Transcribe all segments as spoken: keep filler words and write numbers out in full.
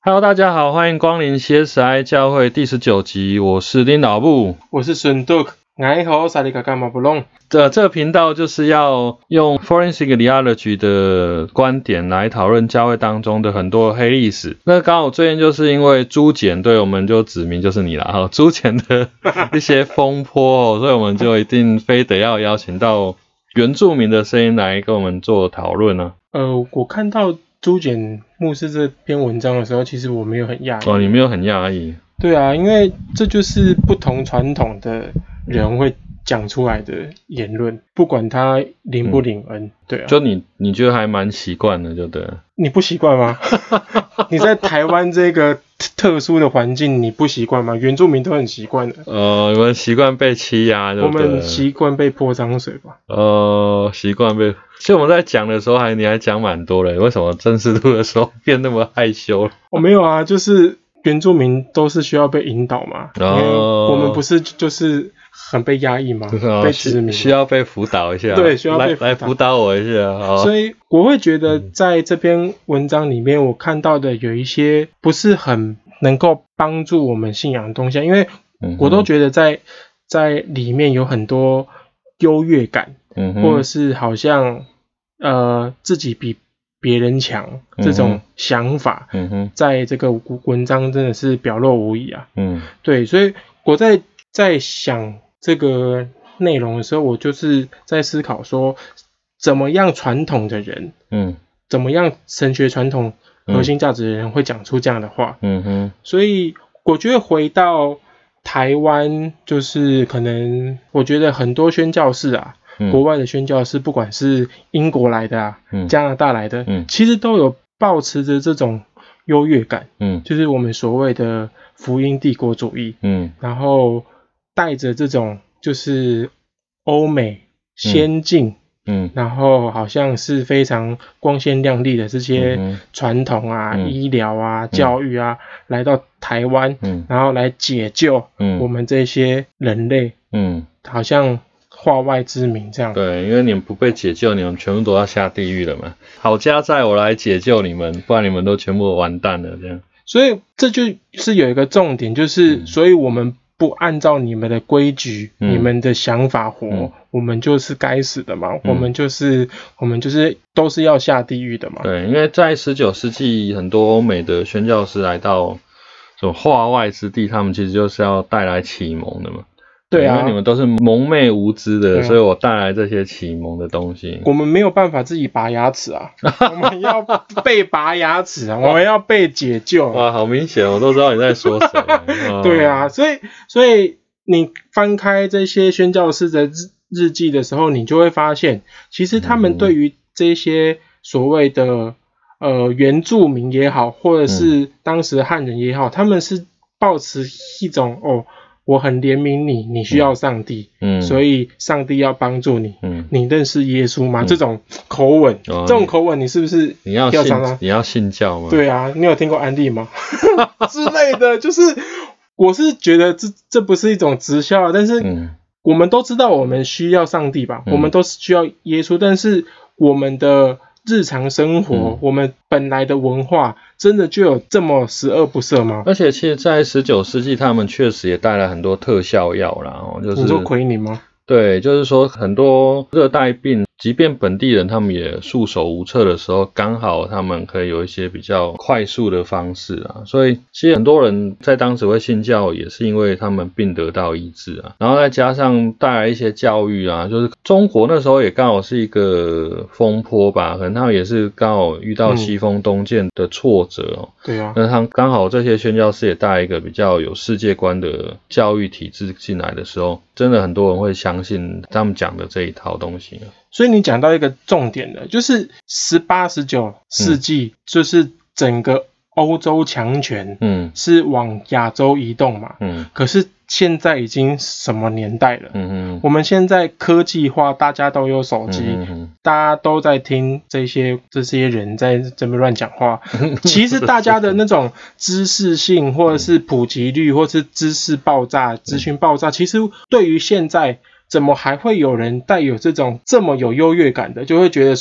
Hello， 大家好，欢迎光临 C S I 教会第十九集，我是林老布， 我是孙杜克，爱好萨利卡干嘛不弄？ 这这个频道就是要用 Forensic Theology 的观点来讨论教会当中的很多黑历史。那刚好最近就是因为朱简，对我们就指明就是你啦，哈，朱简的一些风波，所以我们就一定非得要邀请到原住民的声音来跟我们做讨论呢。 呃，我看到朱简牧师这篇文章的时候，其实我没有很讶异。 哦，你没有很讶异？ 对啊，因为这就是不同传统的人会讲出来的言论，不管他领不领恩，嗯、对啊。 就你你觉得还蛮习惯的，就对了。 你不习惯吗？你在台湾这个特殊的环境，你不习惯吗？原住民都很习惯的。 呃，我们习惯被欺压，对不对？ 我们习惯被泼脏水吧。 呃，习惯被。其实我们在讲的时候还你还讲蛮多的，为什么正式录的时候变那么害羞了？ 我、哦、没有啊，就是原住民都是需要被引导嘛。哦。因为我们不是就是很被压抑吗？ 哦、 被殖民， 需要被辅导一下。 对，需要被辅导来来辅导我一下。哦、 所以我会觉得在这篇文章里面，我看到的有一些不是很能够帮助我们信仰的东西，因为我都觉得在在里面有很多优越感，嗯、或者是好像呃自己比别人强这种想法，嗯哼，在这个文章真的是表露无遗啊。嗯，对，所以我在在想这个内容的时候，我就是在思考说，怎么样传统的人，嗯，怎么样神学传统核心价值的人会讲出这样的话，嗯哼，所以我觉得回到台湾，就是可能我觉得很多宣教士啊。嗯、国外的宣教士，不管是英国来的啊，嗯、加拿大来的，嗯、其实都有抱持着这种优越感，嗯、就是我们所谓的福音帝国主义，嗯、然后带着这种就是欧美先进，嗯嗯、然后好像是非常光鲜亮丽的这些传统啊、嗯、医疗啊、教育啊，嗯、来到台湾，嗯、然后来解救我们这些人类，嗯、好像化外之名这样。 对，因为你们不被解救，你们全部都要下地狱了嘛。好家在我来解救你们，不然你们都全部完蛋了这样。 所以这就是有一个重点，就是、嗯、所以我们不按照你们的规矩、嗯、你们的想法活，嗯、我们就是该死的嘛。嗯、我们就是我们就是都是要下地狱的嘛。 对，因为在十九世纪，很多欧美的宣教士来到这种化外之地，他们其实就是要带来启蒙的嘛。 对啊， 因为你们都是蒙昧无知的，啊、所以我带来这些启蒙的东西。 我们没有办法自己拔牙齿啊，我们要被拔牙齿啊，我们要被解救。 哇，好明显，我都知道你在说谁。哦、 对啊，所以所以你翻开这些宣教士的日日记的时候，你就会发现，其实他们对于这些所谓的呃原住民也好，或者是当时的汉人也好，他们是抱持一种哦。我很怜悯你，你需要上帝，嗯，所以上帝要帮助你，嗯，你认识耶稣吗？嗯、这种口吻，哦、这种口吻，你是不是你要信？你要信教吗？ 对啊，你有听过安利吗？之类的，就是我是觉得这这不是一种直销，但是我们都知道我们需要上帝吧，嗯、我们都需要耶稣，但是我们的日常生活，嗯、我们本来的文化，真的就有这么十恶不赦吗？ 而且其实在十九世纪，他们确实也带来很多特效药啦，就是你说奎宁吗？ 对，就是说很多热带病，即便本地人他们也束手无策的时候，刚好他们可以有一些比较快速的方式啊，所以其实很多人在当时会信教，也是因为他们病得到医治啊，然后再加上带来一些教育啊，就是中国那时候也刚好是一个风波吧，可能他们也是刚好遇到西风东渐的挫折哦。 嗯、对啊， 那他刚好这些宣教士也带来一个比较有世界观的教育体制进来的时候，真的很多人会相信他们讲的这一套东西。 所以你讲到一个重点的，就是十八、十九世纪，嗯、就是整个欧洲强权，嗯，是往亚洲移动嘛，嗯，可是现在已经什么年代了？嗯嗯，我们现在科技化，大家都有手机，嗯嗯，大家都在听这些这些人在这边乱讲话。其实大家的那种知识性，或者是普及率，或者是知识爆炸、资讯爆炸，其实对于现在。怎么还会有人带有这种这么有优越感的，就会觉得说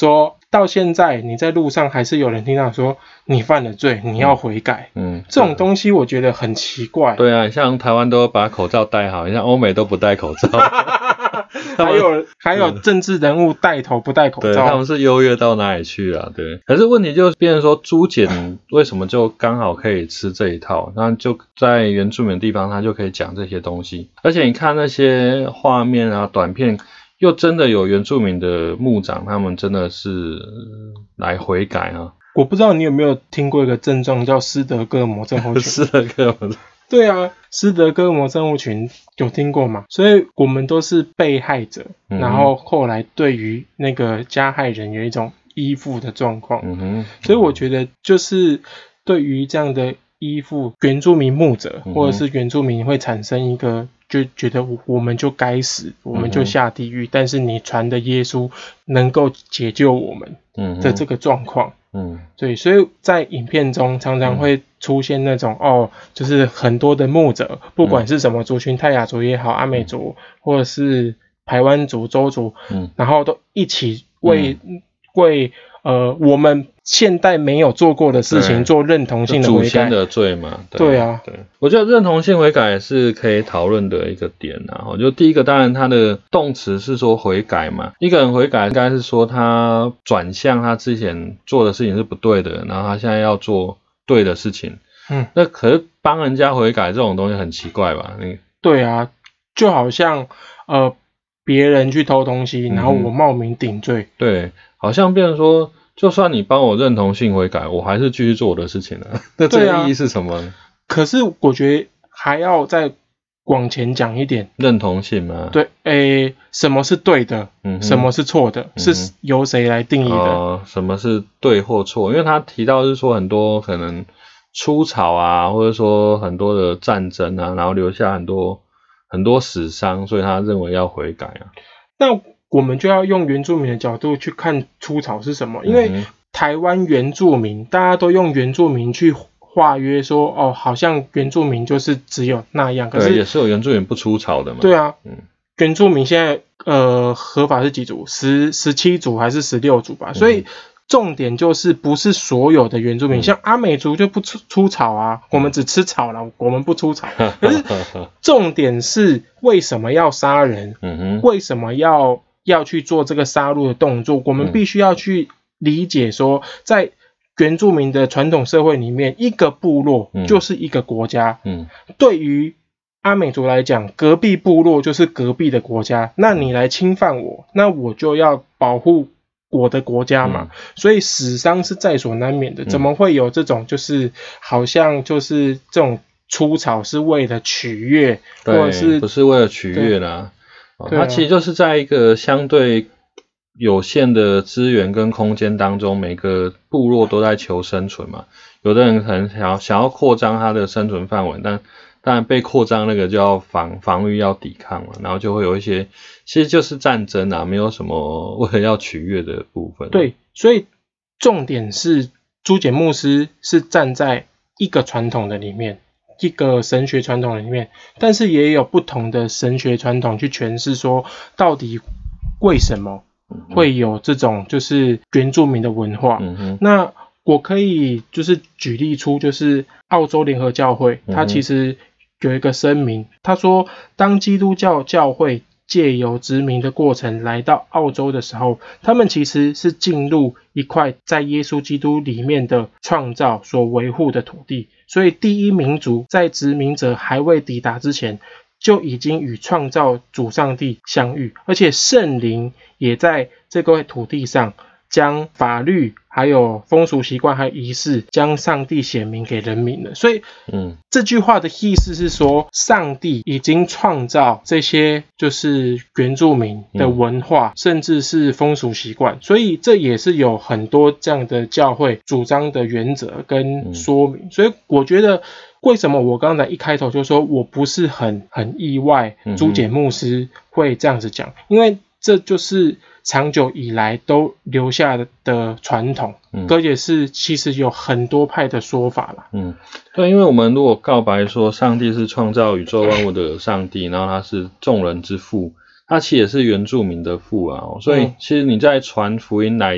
到现在你在路上还是有人听到说你犯了罪，你要悔改。嗯，这种东西我觉得很奇怪。 对啊，像台湾都把口罩戴好，像欧美都不戴口罩。 还有还有政治人物带头不戴口罩， 对，他们是优越到哪里去啊？对，可是问题就是变成说猪检为什么就刚好可以吃这一套？那就在原住民的地方，他就可以讲这些东西，而且你看那些画面啊、短片，又真的有原住民的牧长，他们真的是来悔改啊。 我不知道你有没有听过一个症状叫斯德哥尔摩症候群？ 斯德哥尔摩。 对啊，斯德哥尔摩症候群有听过吗？所以我们都是被害者，嗯、然后后来对于那个加害人有一种依附的状况。嗯哼，所以我觉得就是对于这样的依附，原住民牧者、嗯、或者是原住民会产生一个就觉得我们就该死，我们就下地狱、嗯、但是你传的耶稣能够解救我们的这个状况。嗯，对，所以在影片中常常会出现那种、嗯、哦，就是很多的牧者，不管是什么族群，泰雅族也好，阿美族、嗯、或者是排湾族、邹族，嗯，然后都一起为、嗯、为呃我们现代没有做过的事情做认同性的悔改， 祖先的罪嘛。 对, 对啊， 对，我觉得认同性悔改是可以讨论的一个点啊。我觉得第一个当然它的动词是说悔改嘛，一个人悔改应该是说他转向他之前做的事情是不对的，然后他现在要做对的事情。嗯，那可是帮人家悔改这种东西很奇怪吧？你对啊，就好像呃别人去偷东西，然后我冒名顶罪、嗯，对， 好像变成说。就算你帮我认同性悔改，我还是继续做我的事情啊。那这个意义是什么呢？ 啊、可是我觉得还要再往前讲一点， 认同性吗？ 对，诶，什么是对的？嗯，什么是错的？嗯、是由谁来定义的？ 哦，什么是对或错？因为他提到是说很多可能出草啊，或者说很多的战争啊，然后留下很多很多死伤，所以他认为要悔改啊。 那我们就要用原住民的角度去看出草是什么，因为台湾原住民大家都用原住民去划约说，哦，好像原住民就是只有那样，可是对也是有原住民不出草的嘛。 对啊，嗯、原住民现在呃合法是几族？十十七族还是十六族吧？嗯、所以重点就是不是所有的原住民，嗯、像阿美族就不出出草啊，我们只吃草啦，我们不出草。可是重点是为什么要杀人？嗯哼，为什么要？要去做这个杀戮的动作，我们必须要去理解说，在原住民的传统社会里面，一个部落就是一个国家。嗯，对于阿美族来讲，隔壁部落就是隔壁的国家。那你来侵犯我，那我就要保护我的国家嘛。嗯、所以死伤是在所难免的。怎么会有这种就是好像就是这种出草是为了取悦，或者是不是为了取悦啦？它其实就是在一个相对有限的资源跟空间当中，每个部落都在求生存嘛。有的人可能想要想要扩张他的生存范围，但当然被扩张那个就要防防御要抵抗嘛，然后就会有一些其实就是战争啊，没有什么为了要取悦的部分。 对，所以重点是朱简牧师是站在一个传统的里面。一个神学传统里面，但是也有不同的神学传统去诠释说，到底为什么会有这种就是原住民的文化。嗯哼，那我可以就是举例出，就是澳洲联合教会，它其实有一个声明，他说，当基督教教会借由殖民的过程来到澳洲的时候，他们其实是进入一块在耶稣基督里面的创造所维护的土地。所以第一民族在殖民者还未抵达之前，就已经与创造主上帝相遇，而且圣灵也在这块土地上将法律还有风俗习惯还有仪式将上帝显明给人民了。所以嗯，这句话的意思是说，上帝已经创造这些就是原住民的文化、嗯、甚至是风俗习惯，所以这也是有很多这样的教会主张的原则跟说明、嗯、所以我觉得为什么我刚才一开头就说我不是很很意外朱简牧师会这样子讲、嗯、因为这就是长久以来都留下的传统，嗯，而且是其实有很多派的说法啦。 嗯，对，因为我们如果告白说上帝是创造宇宙万物的上帝，然后他是众人之父，他其实也是原住民的父啊，所以其实你在传福音来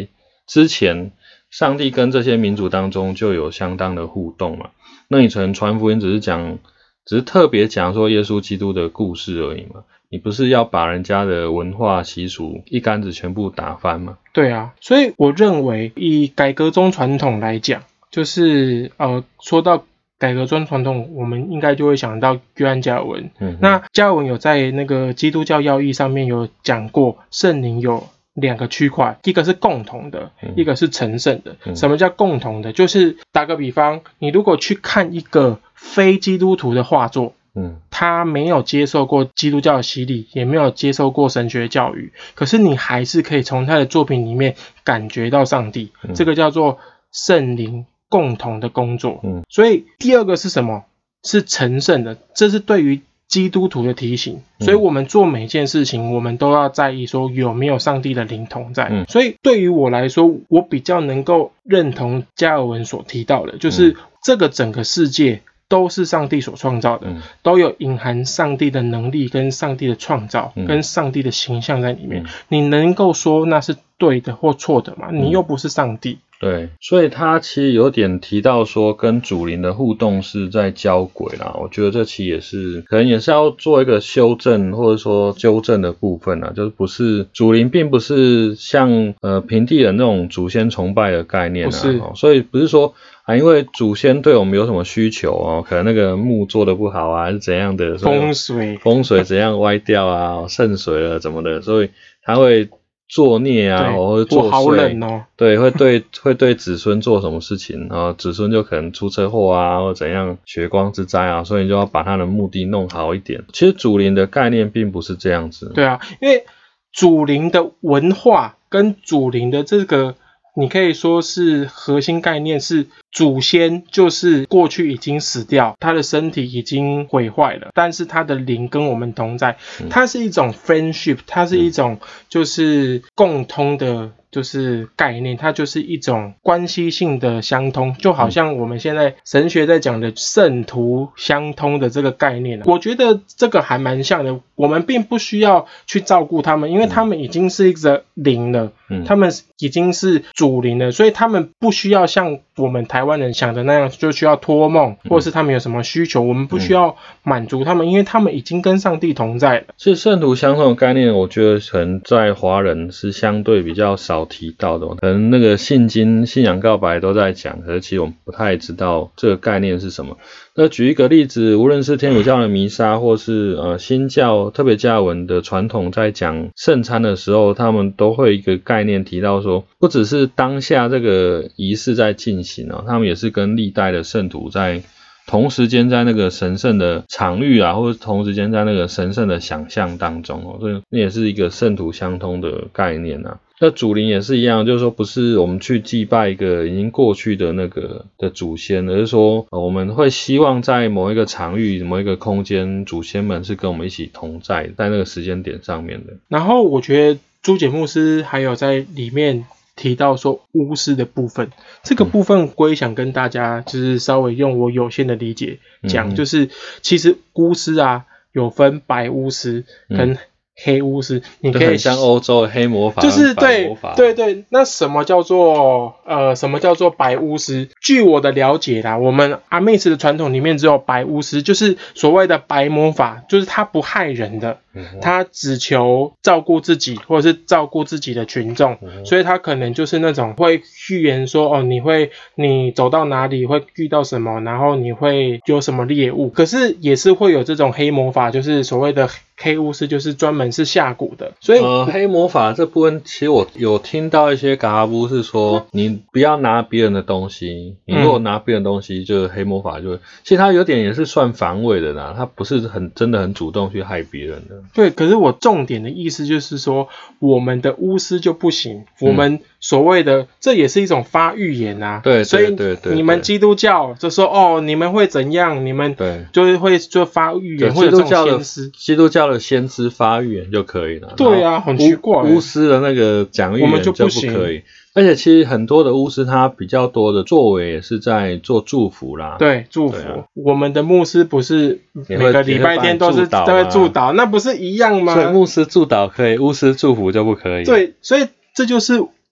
之前上帝跟这些民族当中就有相当的互动嘛。那你可能传福音只是讲，只是特别讲说耶稣基督的故事而已嘛，你不是要把人家的文化习俗一竿子全部打翻吗？对啊， 所以我认为以改革宗传统来讲，就是呃说到改革宗传统，我们应该就会想到约翰加尔文。嗯，那加尔文有在那个基督教要义上面有讲过，圣灵有两个区块，一个是共同的，嗯、一个是成圣的、嗯。什么叫共同的？就是打个比方，你如果去看一个非基督徒的画作，嗯，他没有接受过基督教的洗礼，也没有接受过神学教育，可是你还是可以从他的作品里面感觉到上帝，嗯、这个叫做圣灵共同的工作。嗯，所以第二个是什么？是成圣的，这是对于基督徒的提醒。所以我们做每件事情，我们都要在意说有没有上帝的灵同在。嗯，所以对于我来说，我比较能够认同加尔文所提到的，就是这个整个世界都是上帝所创造的、嗯、都有隐含上帝的能力跟上帝的创造、嗯、跟上帝的形象在里面、嗯、你能够说那是对的或错的吗？你又不是上帝、 嗯、对，所以他其实有点提到说跟主灵的互动是在交轨啦，我觉得这其实也是可能也是要做一个修正或者说纠正的部分啦，就是不是主灵并不是像呃平地人那种祖先崇拜的概念啦，不是、哦、所以不是说啊，因为祖先对我们有什么需求哦，可能那个木做的不好啊，还是怎样的， 风水风水怎样歪掉啊，渗水了怎么的，所以他会作孽啊，或者作祟， 好冷哦， 对，会对会对子孙做什么事情，然后子孙就可能出车祸啊，或怎样血光之灾啊，所以你就要把他的目的弄好一点。其实祖灵的概念并不是这样子， 对啊，因为祖灵的文化跟祖灵的这个。你可以说是核心概念是祖先就是过去已经死掉，他的身体已经毁坏了，但是他的灵跟我们同在，它是一种 friendship， 它是一种就是共通的就是概念，它就是一种关系性的相通，就好像我们现在神学在讲的圣徒相通的这个概念，我觉得这个还蛮像的，我们并不需要去照顾他们，因为他们已经是一个灵了，嗯、他们已经是主灵了，所以他们不需要像我们台湾人想的那样就需要托梦，或是他们有什么需求，我们不需要满足他们，因为他们已经跟上帝同在了。 其实圣徒相通的概念，我觉得可能在华人是相对比较少提到的，可能那个信经、信仰告白都在讲，可是其实我们不太知道这个概念是什么。那举一个例子，无论是天主教的弥撒，或是呃新教特别加尔文的传统，在讲圣餐的时候，他们都会有一个概念提到说，不只是当下这个仪式在进行哦，他们也是跟历代的圣徒在同时间在那个神圣的场域啊，或者同时间在那个神圣的想象当中哦，所以那也是一个圣徒相通的概念啊。那主灵也是一样，就是说不是我们去祭拜一个已经过去的那个的祖先，而是说、呃、我们会希望在某一个场域、某一个空间，祖先们是跟我们一起同在，在那个时间点上面的。 然后我觉得朱简牧师还有在里面提到说巫师的部分，这个部分我也想跟大家就是稍微用我有限的理解讲、嗯、就是其实巫师啊有分白巫师跟黑巫师，你可以很像欧洲的黑魔法， 就是对对对。那什么叫做呃什么叫做白巫师？据我的了解啦，我们阿妹斯的传统里面只有白巫师，就是所谓的白魔法，就是他不害人的，嗯、他只求照顾自己或者是照顾自己的群众、嗯，所以他可能就是那种会预言说哦，你会你走到哪里会遇到什么，然后你会有什么猎物。可是也是会有这种黑魔法，就是所谓的黑巫师，就是专门是下蛊的。所以、 呃、黑魔法这部分，其实我有听到一些嘎布是说，你不要拿别人的东西，你如果拿别人的东西，就是黑魔法就会。其实它有点也是算防卫的啦，它不是很真的很主动去害别人的。 对，可是我重点的意思就是说，我们的巫师就不行，我们所谓的、嗯、这也是一种发预言啊。 对， 所以你们基督教就说哦，你们会怎样，你们就是会就发预言，或者这种先知， 基督教的先知发预言就可以了。 对啊，很奇怪、 巫师的那个讲预言就不可以。而且其实很多的巫师他比较多的作为也是在做祝福啦。 对，祝福。啊、我们的牧师不是每个礼拜天都是都会祝祷，那不是一样吗？ 所以牧师祝祷可以，巫师祝福就不可以。 对，所以这就是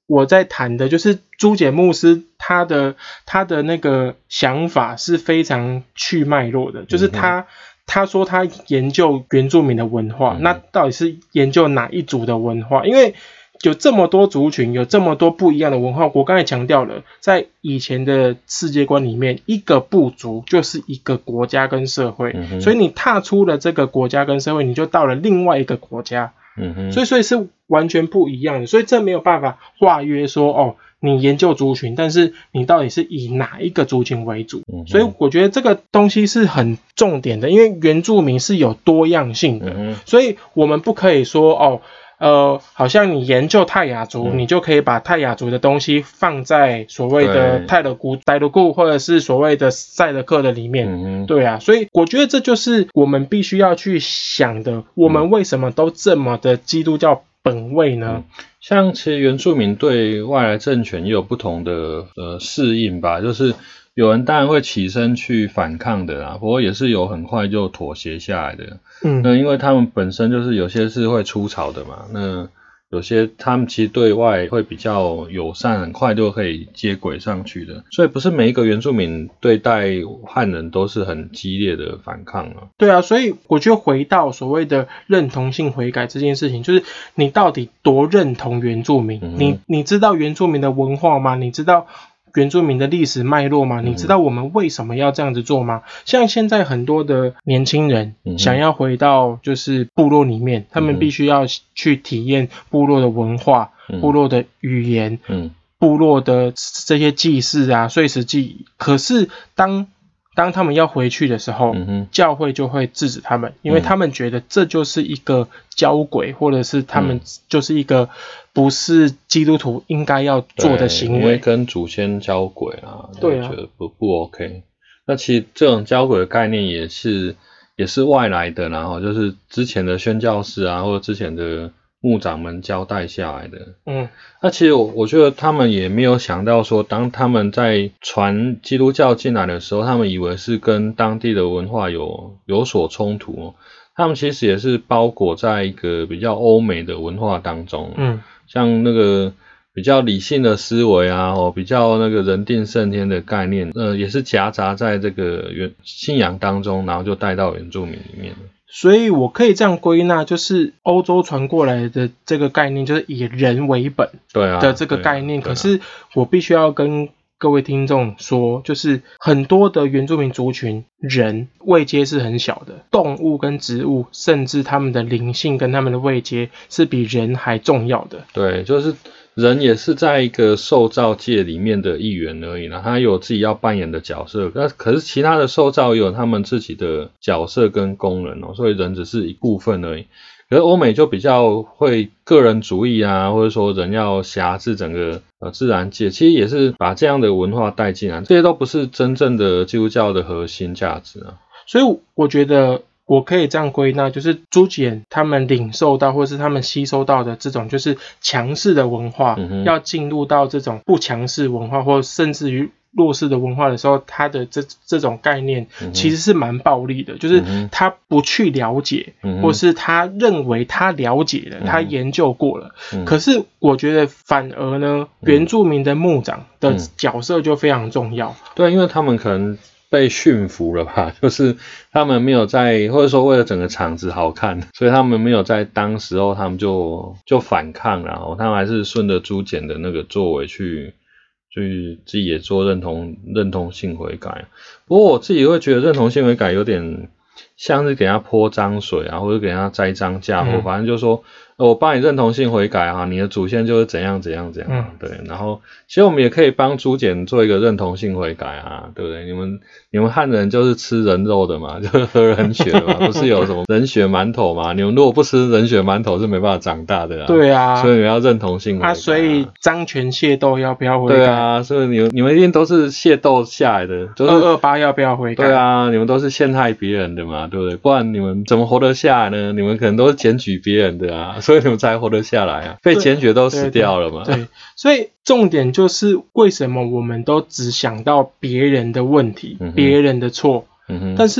我在谈的，就是朱简牧师他的他的那个想法是非常去脉络的，就是他、嗯、他说他研究原住民的文化、嗯，那到底是研究哪一族的文化？因为有这么多族群，有这么多不一样的文化。我刚才强调了，在以前的世界观里面，一个部族就是一个国家跟社会、嗯、所以你踏出了这个国家跟社会，你就到了另外一个国家，嗯哼，所以所以是完全不一样的，所以这没有办法划约说哦，你研究族群，但是你到底是以哪一个族群为主、嗯、所以我觉得这个东西是很重点的，因为原住民是有多样性的、嗯、所以我们不可以说哦呃，好像你研究泰雅族、嗯，你就可以把泰雅族的东西放在所谓的泰鲁古、泰鲁固或者是所谓的赛德克的里面、嗯，对啊，所以我觉得这就是我们必须要去想的，我们为什么都这么的基督教本位呢？ 嗯、像其实原住民对外来政权也有不同的呃适应吧，就是有人当然会起身去反抗的啦，不过也是有很快就妥协下来的。嗯，那因为他们本身就是有些是会出草的嘛，那有些他们其实对外会比较友善，很快就可以接轨上去的，所以不是每一个原住民对待汉人都是很激烈的反抗啊。 对啊，所以我就回到所谓的认同性悔改这件事情，就是你到底多认同原住民？嗯、你你知道原住民的文化吗？你知道原住民的历史脉络吗？你知道我们为什么要这样子做吗？像现在很多的年轻人想要回到就是部落里面，他们必须要去体验部落的文化、部落的语言、部落的这些祭祀啊、岁时祭仪。可是当当他们要回去的时候、嗯、教会就会制止他们，因为他们觉得这就是一个交鬼，或者是他们就是一个不是基督徒应该要做的行为， 因为跟祖先交鬼啊，对啊，觉得不不 OK。那其实这种交鬼的概念也是也是外来的，然后就是之前的宣教士啊，或者之前的牧长们交代下来的。嗯，那其实我我觉得他们也没有想到说，当他们在传基督教进来的时候，他们以为是跟当地的文化有有所冲突哦。他们其实也是包裹在一个比较欧美的文化当中，嗯，像那个比较理性的思维啊，哦，比较那个人定胜天的概念，呃，也是夹杂在这个原信仰当中，然后就带到原住民里面。 所以我可以这样归纳，就是欧洲传过来的这个概念，就是以人为本的这个概念。对啊，对啊，可是我必须要跟各位听众说，就是很多的原住民族群人位阶是很小的，动物跟植物甚至他们的灵性跟他们的位阶是比人还重要的。 对，就是人也是在一个受造界里面的一员而已啦，他有自己要扮演的角色，那可是其他的受造也有他们自己的角色跟功能哦，所以人只是一部分而已。可是欧美就比较会个人主义啊，或者说人要辖制整个呃自然界，其实也是把这样的文化带进来，这些都不是真正的基督教的核心价值啊。 所以我觉得我可以这样归纳，就是朱简他们领受到或是他们吸收到的这种就是强势的文化，嗯、要进入到这种不强势文化或甚至于弱势的文化的时候，他的这这种概念其实是蛮暴力的，嗯、就是他不去了解，嗯、或是他认为他了解了，嗯、他研究过了，嗯、可是我觉得反而呢，原住民的牧长的角色就非常重要。 嗯、对，因为他们可能被驯服了吧，就是他们没有在，或者说为了整个场子好看，所以他们没有在当时候他们就就反抗，然后他们还是顺着朱简的那个作为去去自己也做认同认同性悔改。不过我自己会觉得认同性悔改有点像是给他泼脏水啊，或者给他栽赃嫁祸，嗯、反正就说我帮你认同性悔改啊，你的祖先就是怎样怎样怎样，嗯、对。然后其实我们也可以帮朱简做一个认同性悔改啊，对不对？你们你们汉人就是吃人肉的嘛，就是喝人血的嘛，不是有什么人血馒头嘛？你们如果不吃人血馒头是没办法长大的啊。 对啊， 所以你们要认同性悔改啊。 啊，所以张权械斗要不要悔改？ 对啊，所以你们你们一定都是械斗下来的，就是二二八要不要悔改？ 对啊，你们都是陷害别人的嘛，对不对？不然你们怎么活得下来呢？你们可能都是检举别人的啊，所以你们才活得下来啊，被检举都死掉了嘛。 对， 对， 对，所以重点就是为什么我们都只想到别人的问题、嗯、别人的错、嗯、但是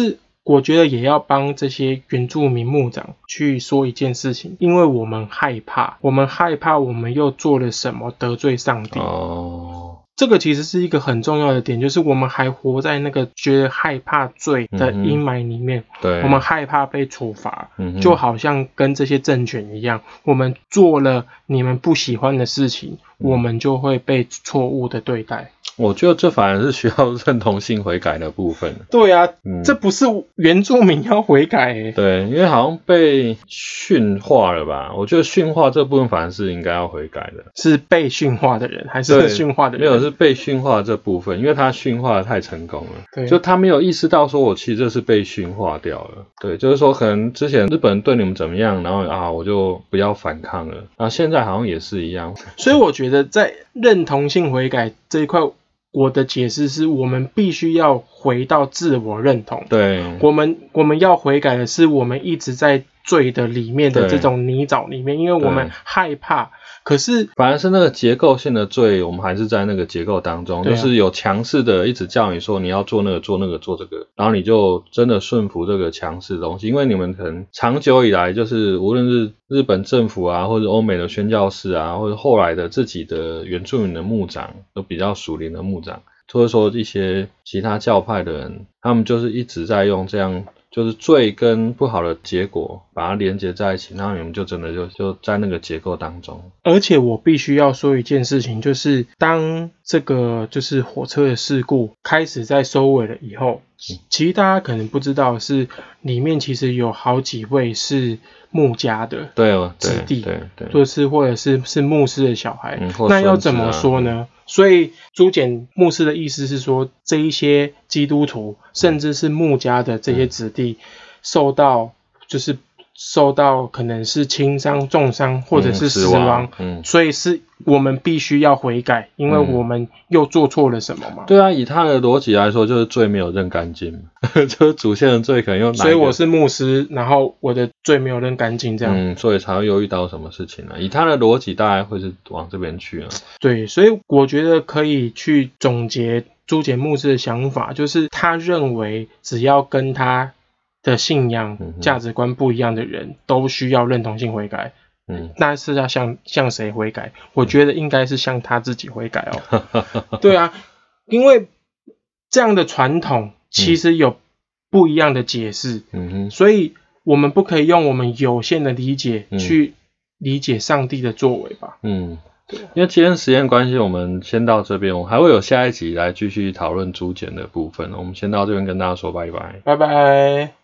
我觉得也要帮这些原住民牧长去说一件事情，因为我们害怕，我们害怕我们又做了什么得罪上帝。 哦， 这个其实是一个很重要的点，就是我们还活在那个觉得害怕罪的阴霾里面， 嗯、对， 我们害怕被处罚、 嗯， 就好像跟这些政权一样，我们做了你们不喜欢的事情，我们就会被错误的对待。 我觉得这反而是需要认同性悔改的部分。 对啊， 嗯、 这不是原住民要悔改欸。 对，因为好像被驯化了吧？我觉得驯化这部分反而是应该要悔改的。 是被驯化的人还是驯化的人？ 没有，是被驯化这部分，因为他驯化的太成功了。 对， 就他没有意识到说我其实这是被驯化掉了。对，就是说可能之前日本人对你们怎么样，然后啊我就不要反抗了。然后现在好像也是一样。 所以我觉得在认同性悔改这一块，我的解释是我们必须要回到自我认同。 对， 我们我们要悔改的是我们一直在罪的里面的这种泥沼里面，因为我们害怕。可是反而是那个结构性的罪，我们还是在那个结构当中，啊、就是有强势的一直叫你说你要做那个做那个做这个，然后你就真的顺服这个强势的东西，因为你们可能长久以来就是无论是日本政府啊，或者欧美的宣教士啊，或者后来的自己的原住民的牧长，都比较属灵的牧长，或者说一些其他教派的人，他们就是一直在用这样。就是罪跟不好的结果把它连接在一起，然后你们就真的就就在那个结构当中。 而且我必须要说一件事情，就是当这个就是火车的事故开始在收尾了以后，其实大家可能不知道是里面其实有好几位是牧家的子弟， 对对对， 就是或者是是牧师的小孩、 嗯、 那要怎么说呢？嗯、所以朱简牧师的意思是说，这一些基督徒甚至是牧家的这些子弟受到就是受到可能是轻伤、重伤或者是死亡、嗯嗯、所以是我们必须要悔改，因为我们又做错了什么嘛、 嗯、对啊，以他的逻辑来说就是罪没有认干净就是祖先的罪可能又哪一个， 所以我是牧师，然后我的罪没有认干净这样， 嗯，所以才会又遇到什么事情呢、啊？以他的逻辑大概会是往这边去啊。 对，所以我觉得可以去总结朱简牧师的想法，就是他认为只要跟他的信仰、价值观不一样的人都需要认同性悔改。嗯，那是要向向谁悔改？我觉得应该是向他自己悔改哦。对啊，因为这样的传统其实有不一样的解释，嗯哼，所以我们不可以用我们有限的理解去理解上帝的作为吧。嗯，对， 因为今天时间关系，我们先到这边，我们还会有下一集来继续讨论朱简的部分。我们先到这边跟大家说拜拜， 拜拜。